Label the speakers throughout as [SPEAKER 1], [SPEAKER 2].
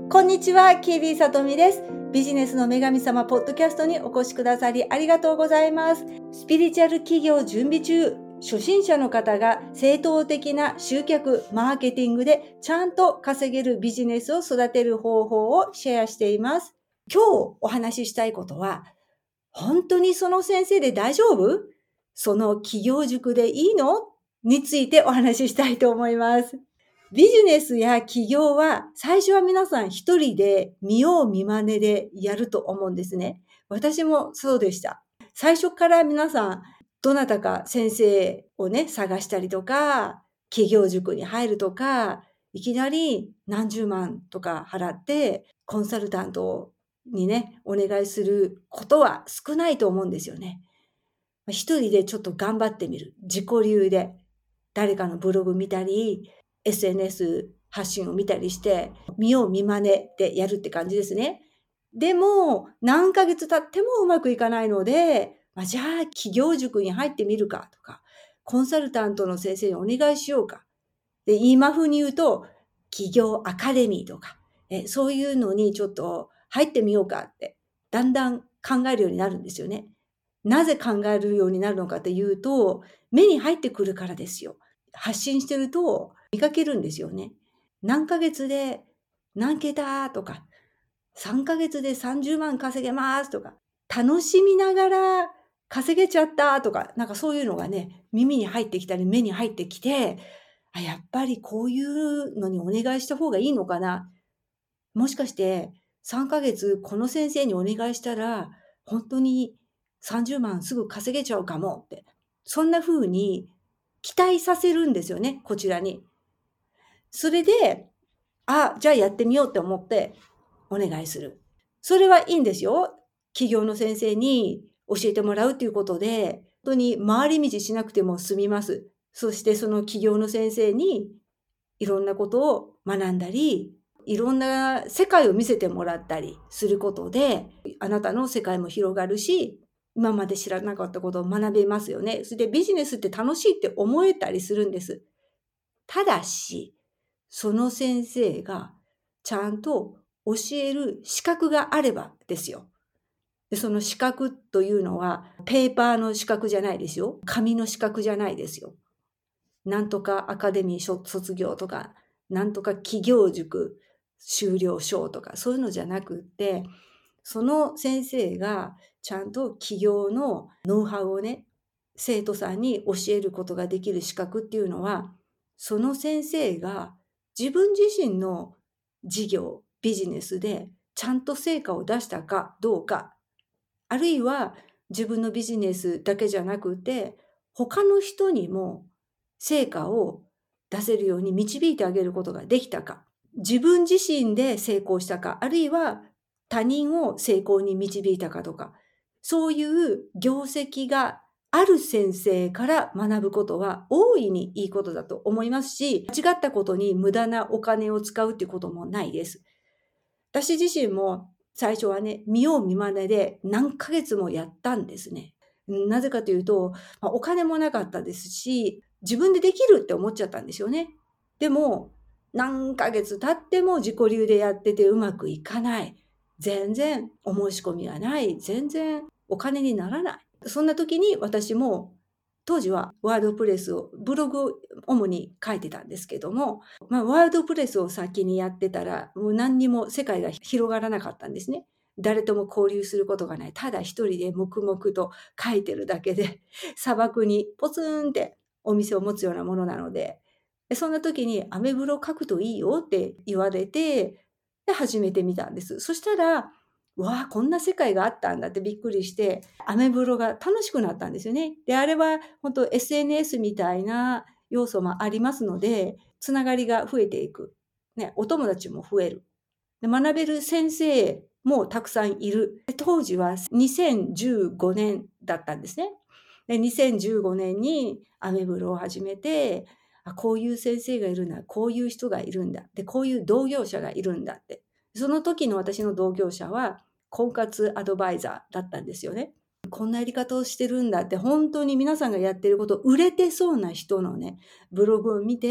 [SPEAKER 1] こんにちは、KB さとみです。ビジネスの女神様ポッドキャストにお越しくださりありがとうございます。スピリチュアル企業準備中、初心者の方が正当的な集客、マーケティングでちゃんと稼げるビジネスを育てる方法をシェアしています。今日お話ししたいことは、本当にその先生で大丈夫？その企業塾でいいの？についてお話ししたいと思います。ビジネスや企業は最初は皆さん一人で見よう見まねでやると思うんですね。私もそうでした。最初から皆さんどなたか先生をね、探したりとか、企業塾に入るとか、いきなり何十万とか払ってコンサルタントにね、お願いすることは少ないと思うんですよね。一人でちょっと頑張ってみる。自己流で誰かのブログ見たり、SNS 発信を見たりして、見よう見まねでやるって感じですね。でも、何ヶ月経ってもうまくいかないので、じゃあ企業塾に入ってみるかとか、コンサルタントの先生にお願いしようか。で、今風に言うと、企業アカデミーとか、そういうのにちょっと入ってみようかって、だんだん考えるようになるんですよね。なぜ考えるようになるのかというと、目に入ってくるからですよ。発信してると見かけるんですよね。何ヶ月で何桁とか、3ヶ月で30万稼げますとか、楽しみながら稼げちゃったとか、なんかそういうのがね、耳に入ってきたり目に入ってきて、やっぱりこういうのにお願いした方がいいのかな。もしかして3ヶ月この先生にお願いしたら、本当に30万すぐ稼げちゃうかもって。そんな風に期待させるんですよね、こちらに。それで、じゃあやってみようって思ってお願いする。それはいいんですよ。企業の先生に教えてもらうっていうことで、本当に回り道しなくても済みます。そしてその企業の先生にいろんなことを学んだり、いろんな世界を見せてもらったりすることで、あなたの世界も広がるし、今まで知らなかったことを学べますよね。それでビジネスって楽しいって思えたりするんです。ただし、その先生がちゃんと教える資格があればですよ。で、その資格というのは、ペーパーの資格じゃないですよ。紙の資格じゃないですよ。なんとかアカデミー卒業とか、なんとか企業塾修了証とか、そういうのじゃなくって、その先生がちゃんと企業のノウハウをね、生徒さんに教えることができる資格っていうのは、その先生が自分自身の事業、ビジネスでちゃんと成果を出したかどうか、あるいは自分のビジネスだけじゃなくて、他の人にも成果を出せるように導いてあげることができたか、自分自身で成功したか、あるいは他人を成功に導いたかとか、そういう業績がある先生から学ぶことは大いにいいことだと思いますし、間違ったことに無駄なお金を使うっていうこともないです。私自身も最初はね、見よう見まねで何ヶ月もやったんですね。なぜかというと、お金もなかったですし、自分でできるって思っちゃったんですよね。でも、何ヶ月経っても自己流でやっててうまくいかない。全然お申し込みがない。全然お金にならない。そんな時に私も当時はワードプレスを、ブログを主に書いてたんですけども、ワードプレスを先にやってたら、もう何にも世界が広がらなかったんですね。誰とも交流することがない。ただ一人で黙々と書いてるだけで、砂漠にポツンってお店を持つようなものなので、そんな時にアメブロ書くといいよって言われて、で、始めてみたんです。そしたら、わあ、こんな世界があったんだってびっくりして、アメブロが楽しくなったんですよね。で、あれは本当 SNS みたいな要素もありますので、つながりが増えていく。ね、お友達も増える。で、学べる先生もたくさんいる。で、当時は2015年だったんですね。で、2015年にアメブロを始めて、こういう先生がいるんだ、こういう人がいるんだ、で、こういう同業者がいるんだって。その時の私の同業者は、婚活アドバイザーだったんですよね。こんなやり方をしてるんだって、本当に皆さんがやってること、売れてそうな人のね、ブログを見て、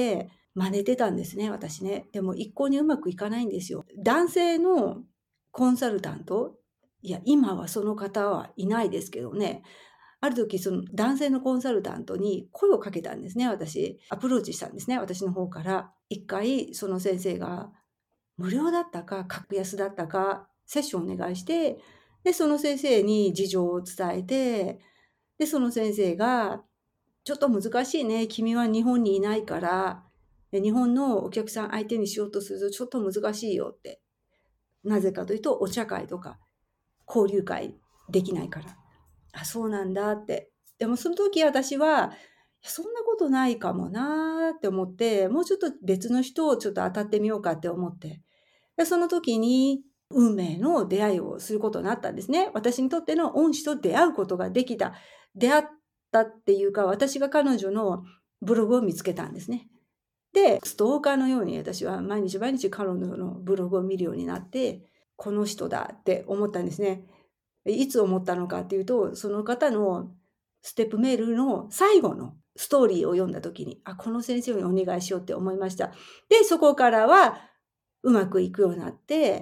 [SPEAKER 1] 真似てたんですね、私ね。でも一向にうまくいかないんですよ。男性のコンサルタント、いや、今はその方はいないですけどね。ある時、その男性のコンサルタントに声をかけたんですね、私。アプローチしたんですね、私の方から。一回、その先生が無料だったか、格安だったか、セッションお願いして、で、その先生に事情を伝えて、で、その先生が、ちょっと難しいね。君は日本にいないから、日本のお客さん相手にしようとするとちょっと難しいよって。なぜかというと、お茶会とか交流会できないから。あ、そうなんだって。でもその時私は、そんなことないかもなーって思って、もうちょっと別の人をちょっと当たってみようかって思って。で、その時に運命の出会いをすることになったんですね。私にとっての恩師と出会うことができた。出会ったっていうか、私が彼女のブログを見つけたんですね。で、ストーカーのように私は毎日毎日彼女のブログを見るようになって、この人だって思ったんですね。いつ思ったのかっていうと、その方のステップメールの最後のストーリーを読んだ時に、あ、この先生にお願いしようって思いました。で、そこからはうまくいくようになって、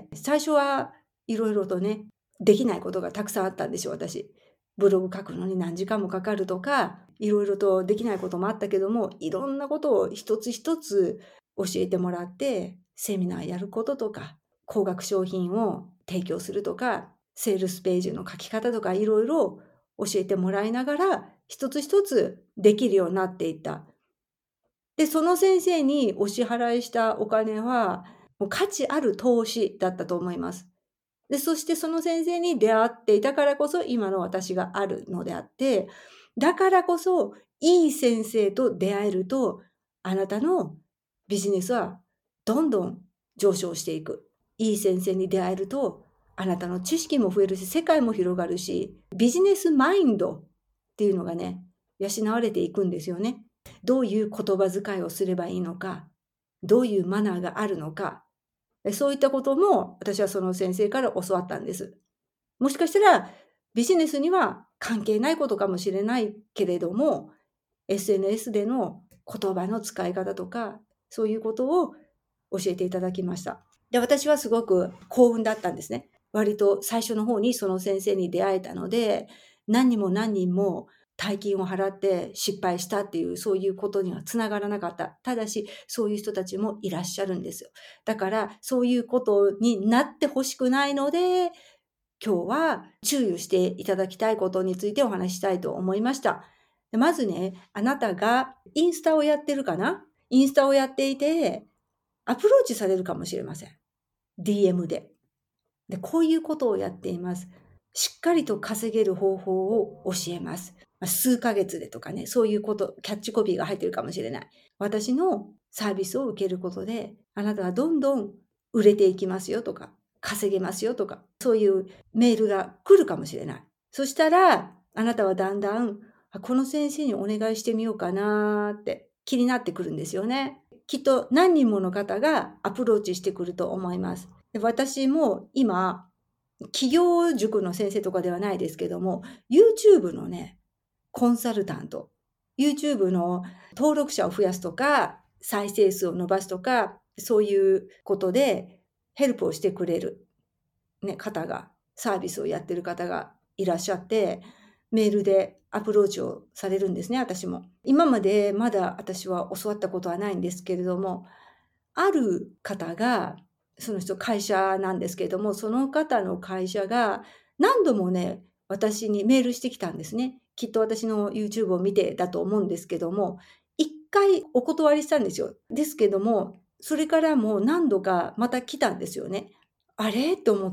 [SPEAKER 1] 最初はいろいろとね、できないことがたくさんあったんですよ、私。ブログ書くのに何時間もかかるとか、いろいろとできないこともあったけども、いろんなことを一つ一つ教えてもらって、セミナーやることとか、高額商品を提供するとか、セールスページの書き方とかいろいろ教えてもらいながら、一つ一つできるようになっていった。で、その先生にお支払いしたお金は、もう価値ある投資だったと思います。で、そしてその先生に出会っていたからこそ今の私があるのであって、だからこそいい先生と出会えると、あなたのビジネスはどんどん上昇していく。いい先生に出会えると、あなたの知識も増えるし、世界も広がるし、ビジネスマインドっていうのがね、養われていくんですよね。どういう言葉遣いをすればいいのか、どういうマナーがあるのか、そういったことも私はその先生から教わったんです。もしかしたらビジネスには関係ないことかもしれないけれども、SNS での言葉の使い方とか、そういうことを教えていただきました。で、私はすごく幸運だったんですね。割と最初の方にその先生に出会えたので、何人も何人も大金を払って失敗したっていう、そういうことにはつながらなかった。ただし、そういう人たちもいらっしゃるんですよ。だから、そういうことになってほしくないので、今日は注意していただきたいことについてお話ししたいと思いました。まずね、あなたがインスタをやってるかな？インスタをやっていて、アプローチされるかもしれません。DM で。で、こういうことをやっています。しっかりと稼げる方法を教えます。数ヶ月でとかね、そういうこと、キャッチコピーが入ってるかもしれない。私のサービスを受けることで、あなたはどんどん売れていきますよとか、稼げますよとか、そういうメールが来るかもしれない。そしたら、あなたはだんだん、この先生にお願いしてみようかなって気になってくるんですよね。きっと何人もの方がアプローチしてくると思います。で、私も今、企業塾の先生とかではないですけども、YouTube のね、コンサルタント、YouTube の登録者を増やすとか、再生数を伸ばすとか、そういうことでヘルプをしてくれる、ね、方が、サービスをやってる方がいらっしゃって、メールでアプローチをされるんですね、私も。今までまだ私は教わったことはないんですけれども、ある方が、その人会社なんですけれども、その方の会社が何度もね、私にメールしてきたんですね。きっと私の YouTube を見てだと思うんですけども、一回お断りしたんですよ。ですけども、それからも何度かまた来たんですよね。あれと思って、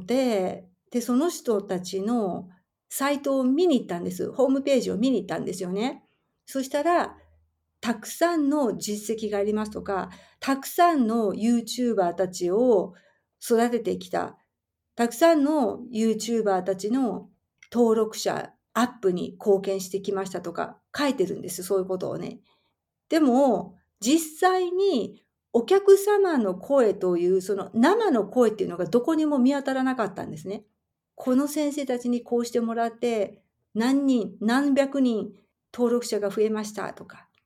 [SPEAKER 1] で、その人たちのサイトを見に行ったんです。ホームページを見に行ったんですよね。そしたら、たくさんの実績がありますとか、たくさんの YouTuber たちを育ててきた、たくさんの YouTuber たちの登録者アップに貢献してきましたとか書いてるんです。そういうことをね。でも、実際にお客様の声という、その生の声っていうのがどこにも見当たらなかったんですね。この先生たちにこうしてもらって、何人、何百人登録者が増えましたとか。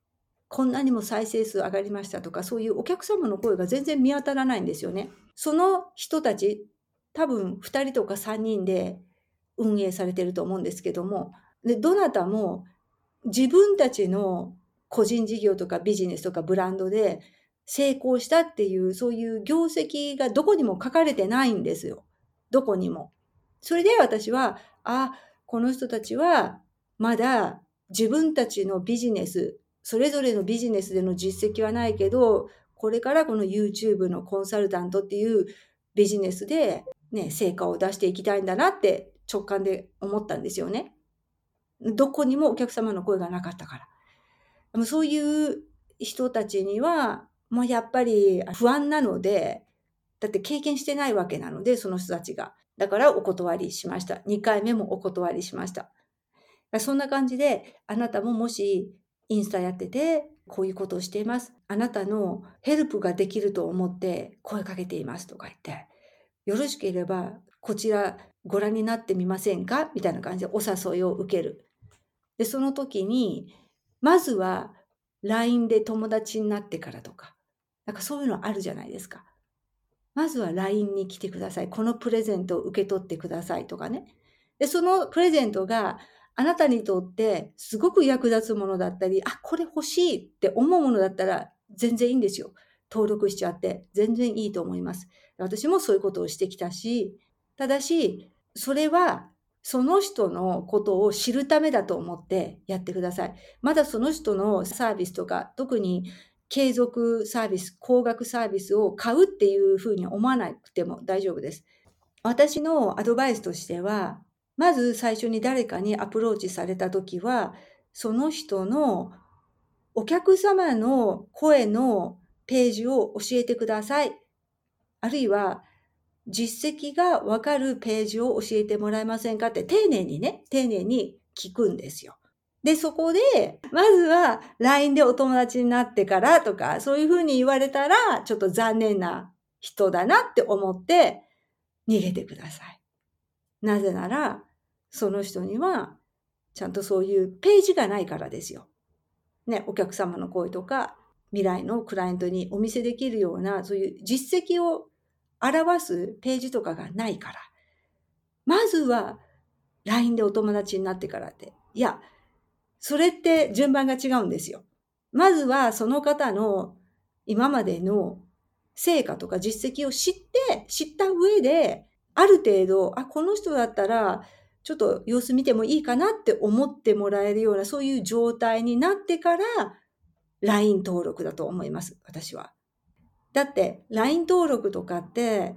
[SPEAKER 1] こんなにも再生数上がりましたとか、そういうお客様の声が全然見当たらないんですよね。その人たち、多分2人とか3人で運営されてると思うんですけども、で、どなたも自分たちの個人事業とかビジネスとかブランドで成功したっていう、そういう業績がどこにも書かれてないんですよ。どこにも。それで私は、この人たちはまだ自分たちのビジネス、それぞれのビジネスでの実績はないけど、これからこの YouTube のコンサルタントっていうビジネスでね、成果を出していきたいんだなって直感で思ったんですよね。どこにもお客様の声がなかったから。でもそういう人たちには、もうやっぱり不安なので、だって経験してないわけなので、その人たちが。だからお断りしました。2回目もお断りしました。そんな感じで、あなたももしインスタやってて、こういうことをしています。あなたのヘルプができると思って声かけていますとか言って、よろしければこちらご覧になってみませんかみたいな感じでお誘いを受ける。で、その時に、まずは LINE で友達になってからとか、なんかそういうのあるじゃないですか。まずは LINE に来てください。このプレゼントを受け取ってくださいとかね。で、そのプレゼントがあなたにとってすごく役立つものだったり、これ欲しいって思うものだったら全然いいんですよ。登録しちゃって全然いいと思います。私もそういうことをしてきたし、ただし、それはその人のことを知るためだと思ってやってください。まだその人のサービスとか、特に継続サービス、高額サービスを買うっていうふうに思わなくても大丈夫です。私のアドバイスとしては、まず最初に誰かにアプローチされたときは、その人のお客様の声のページを教えてください。あるいは、実績がわかるページを教えてもらえませんかって丁寧に聞くんですよ。で、そこで、まずは LINE でお友達になってからとか、そういうふうに言われたら、ちょっと残念な人だなって思って逃げてください。なぜなら、その人には、ちゃんとそういうページがないからですよ。ね、お客様の声とか、未来のクライアントにお見せできるような、そういう実績を表すページとかがないから。まずは LINE でお友達になってからって。いや、それって順番が違うんですよ。まずはその方の今までの成果とか実績を知った上で、ある程度、この人だったら、ちょっと様子見てもいいかなって思ってもらえるような、そういう状態になってから、LINE 登録だと思います、私は。だって、LINE 登録とかって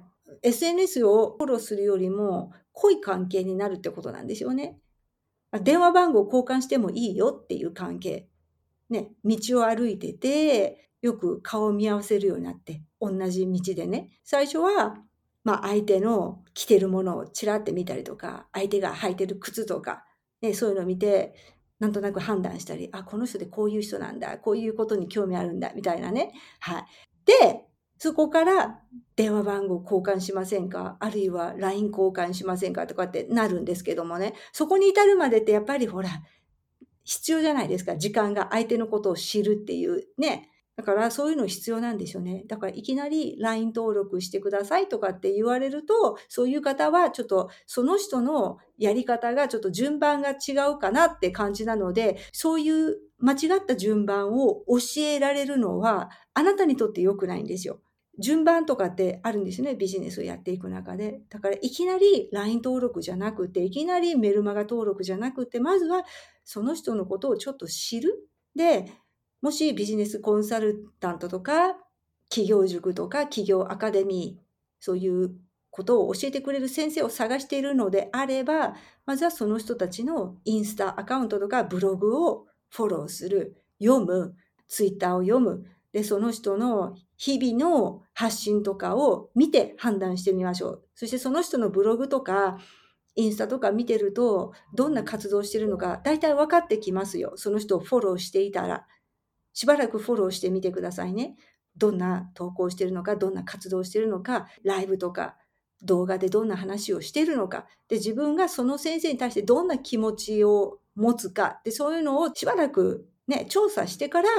[SPEAKER 1] 、SNS をフォローするよりも濃い関係になるってことなんですよね。電話番号交換してもいいよっていう関係。ね、道を歩いてて、よく顔を見合わせるようになって、同じ道でね。最初は、相手の着てるものをちらって見たりとか、相手が履いてる靴とか、ね、そういうのを見て、なんとなく判断したり、この人でこういう人なんだ、こういうことに興味あるんだ、みたいなね。はい。で、そこから電話番号交換しませんか？あるいは LINE 交換しませんか？とかってなるんですけどもね。そこに至るまでってやっぱりほら、必要じゃないですか。時間が相手のことを知るっていうね。だからそういうの必要なんですよね。だからいきなり LINE 登録してくださいとかって言われると、そういう方はちょっとその人のやり方がちょっと順番が違うかなって感じなので、そういう間違った順番を教えられるのはあなたにとって良くないんですよ。順番とかってあるんですね。ビジネスをやっていく中で。だからいきなり LINE 登録じゃなくて、いきなりメルマガ登録じゃなくて、まずはその人のことをちょっと知る。で、もしビジネスコンサルタントとか、企業塾とか企業アカデミー、そういうことを教えてくれる先生を探しているのであれば、まずはその人たちのインスタアカウントとかブログをフォローする、読む、ツイッターを読む。で、その人の日々の発信とかを見て判断してみましょう。そしてその人のブログとか、インスタとか見てると、どんな活動してるのか、大体分かってきますよ。その人をフォローしていたら。しばらくフォローしてみてくださいね。どんな投稿してるのか、どんな活動してるのか、ライブとか動画でどんな話をしてるのか。で、自分がその先生に対してどんな気持ちを持つか。で、そういうのをしばらくね、調査してから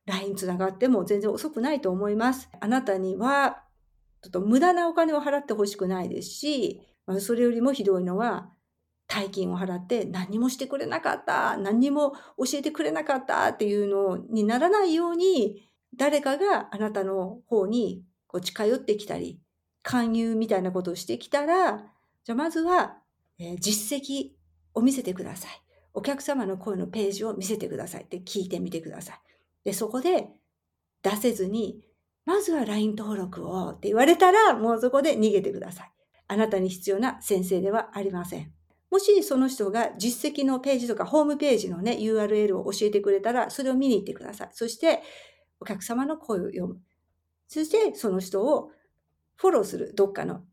[SPEAKER 1] LINE つながっても全然遅くないと思います。あなたには、ちょっと無駄なお金を払ってほしくないですし、それよりもひどいのは、大金を払って何にもしてくれなかった、何にも教えてくれなかったっていうのにならないように、誰かがあなたの方に近寄ってきたり、勧誘みたいなことをしてきたら、じゃあまずは、実績を見せてください。お客様の声のページを見せてくださいって聞いてみてください。で、そこで出せずに、まずは LINE 登録をって言われたら、もうそこで逃げてください。あなたに必要な先生ではありません。もしその人が実績のページとかホームページのね、URL を教えてくれたら、それを見に行ってください。そして、お客様の声を読む。そして、その人をフォローする。どっかの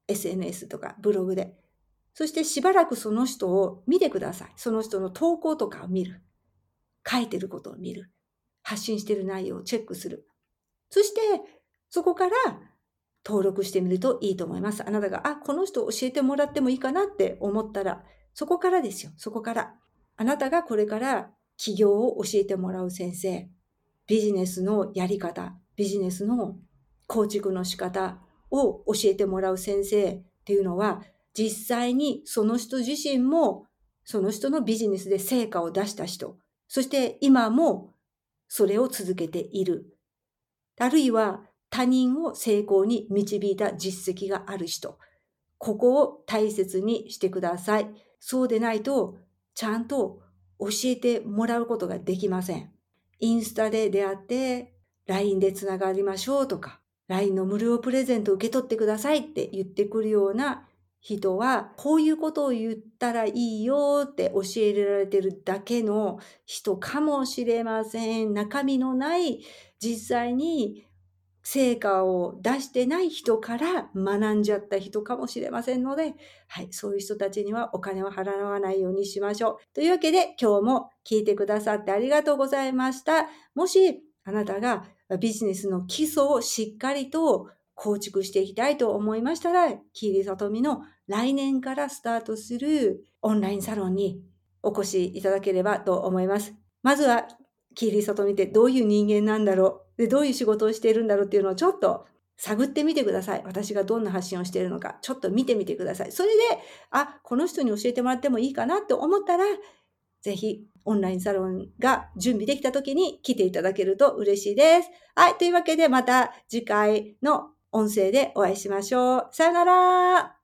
[SPEAKER 1] SNS とかブログで。そしてしばらくその人を見てください。その人の投稿とかを見る。書いてることを見る。発信している内容をチェックする。そして、そこから登録してみるといいと思います。あなたが、この人教えてもらってもいいかなって思ったら、そこからですよ。そこから。あなたがこれから起業を教えてもらう先生、ビジネスのやり方、ビジネスの構築の仕方を教えてもらう先生っていうのは、実際にその人自身も、その人のビジネスで成果を出した人、そして今もそれを続けている。あるいは他人を成功に導いた実績がある人。ここを大切にしてください。そうでないと、ちゃんと教えてもらうことができません。インスタで出会って、LINE でつながりましょうとか、LINE の無料プレゼント受け取ってくださいって言ってくるような人は、こういうことを言ったらいいよって教えられてるだけの人かもしれません。中身のない、実際に成果を出してない人から学んじゃった人かもしれませんので、はい、そういう人たちにはお金を払わないようにしましょう。というわけで、今日も聞いてくださってありがとうございました。もし、あなたがビジネスの基礎をしっかりと構築していきたいと思いましたら、キーリさとみの来年からスタートするオンラインサロンにお越しいただければと思います。まずは、キーリさとみってどういう人間なんだろう。で、どういう仕事をしているんだろうっていうのをちょっと探ってみてください。私がどんな発信をしているのか、ちょっと見てみてください。それで、この人に教えてもらってもいいかなって思ったら、ぜひオンラインサロンが準備できた時に来ていただけると嬉しいです。はい、というわけでまた次回の音声でお会いしましょう。さよなら。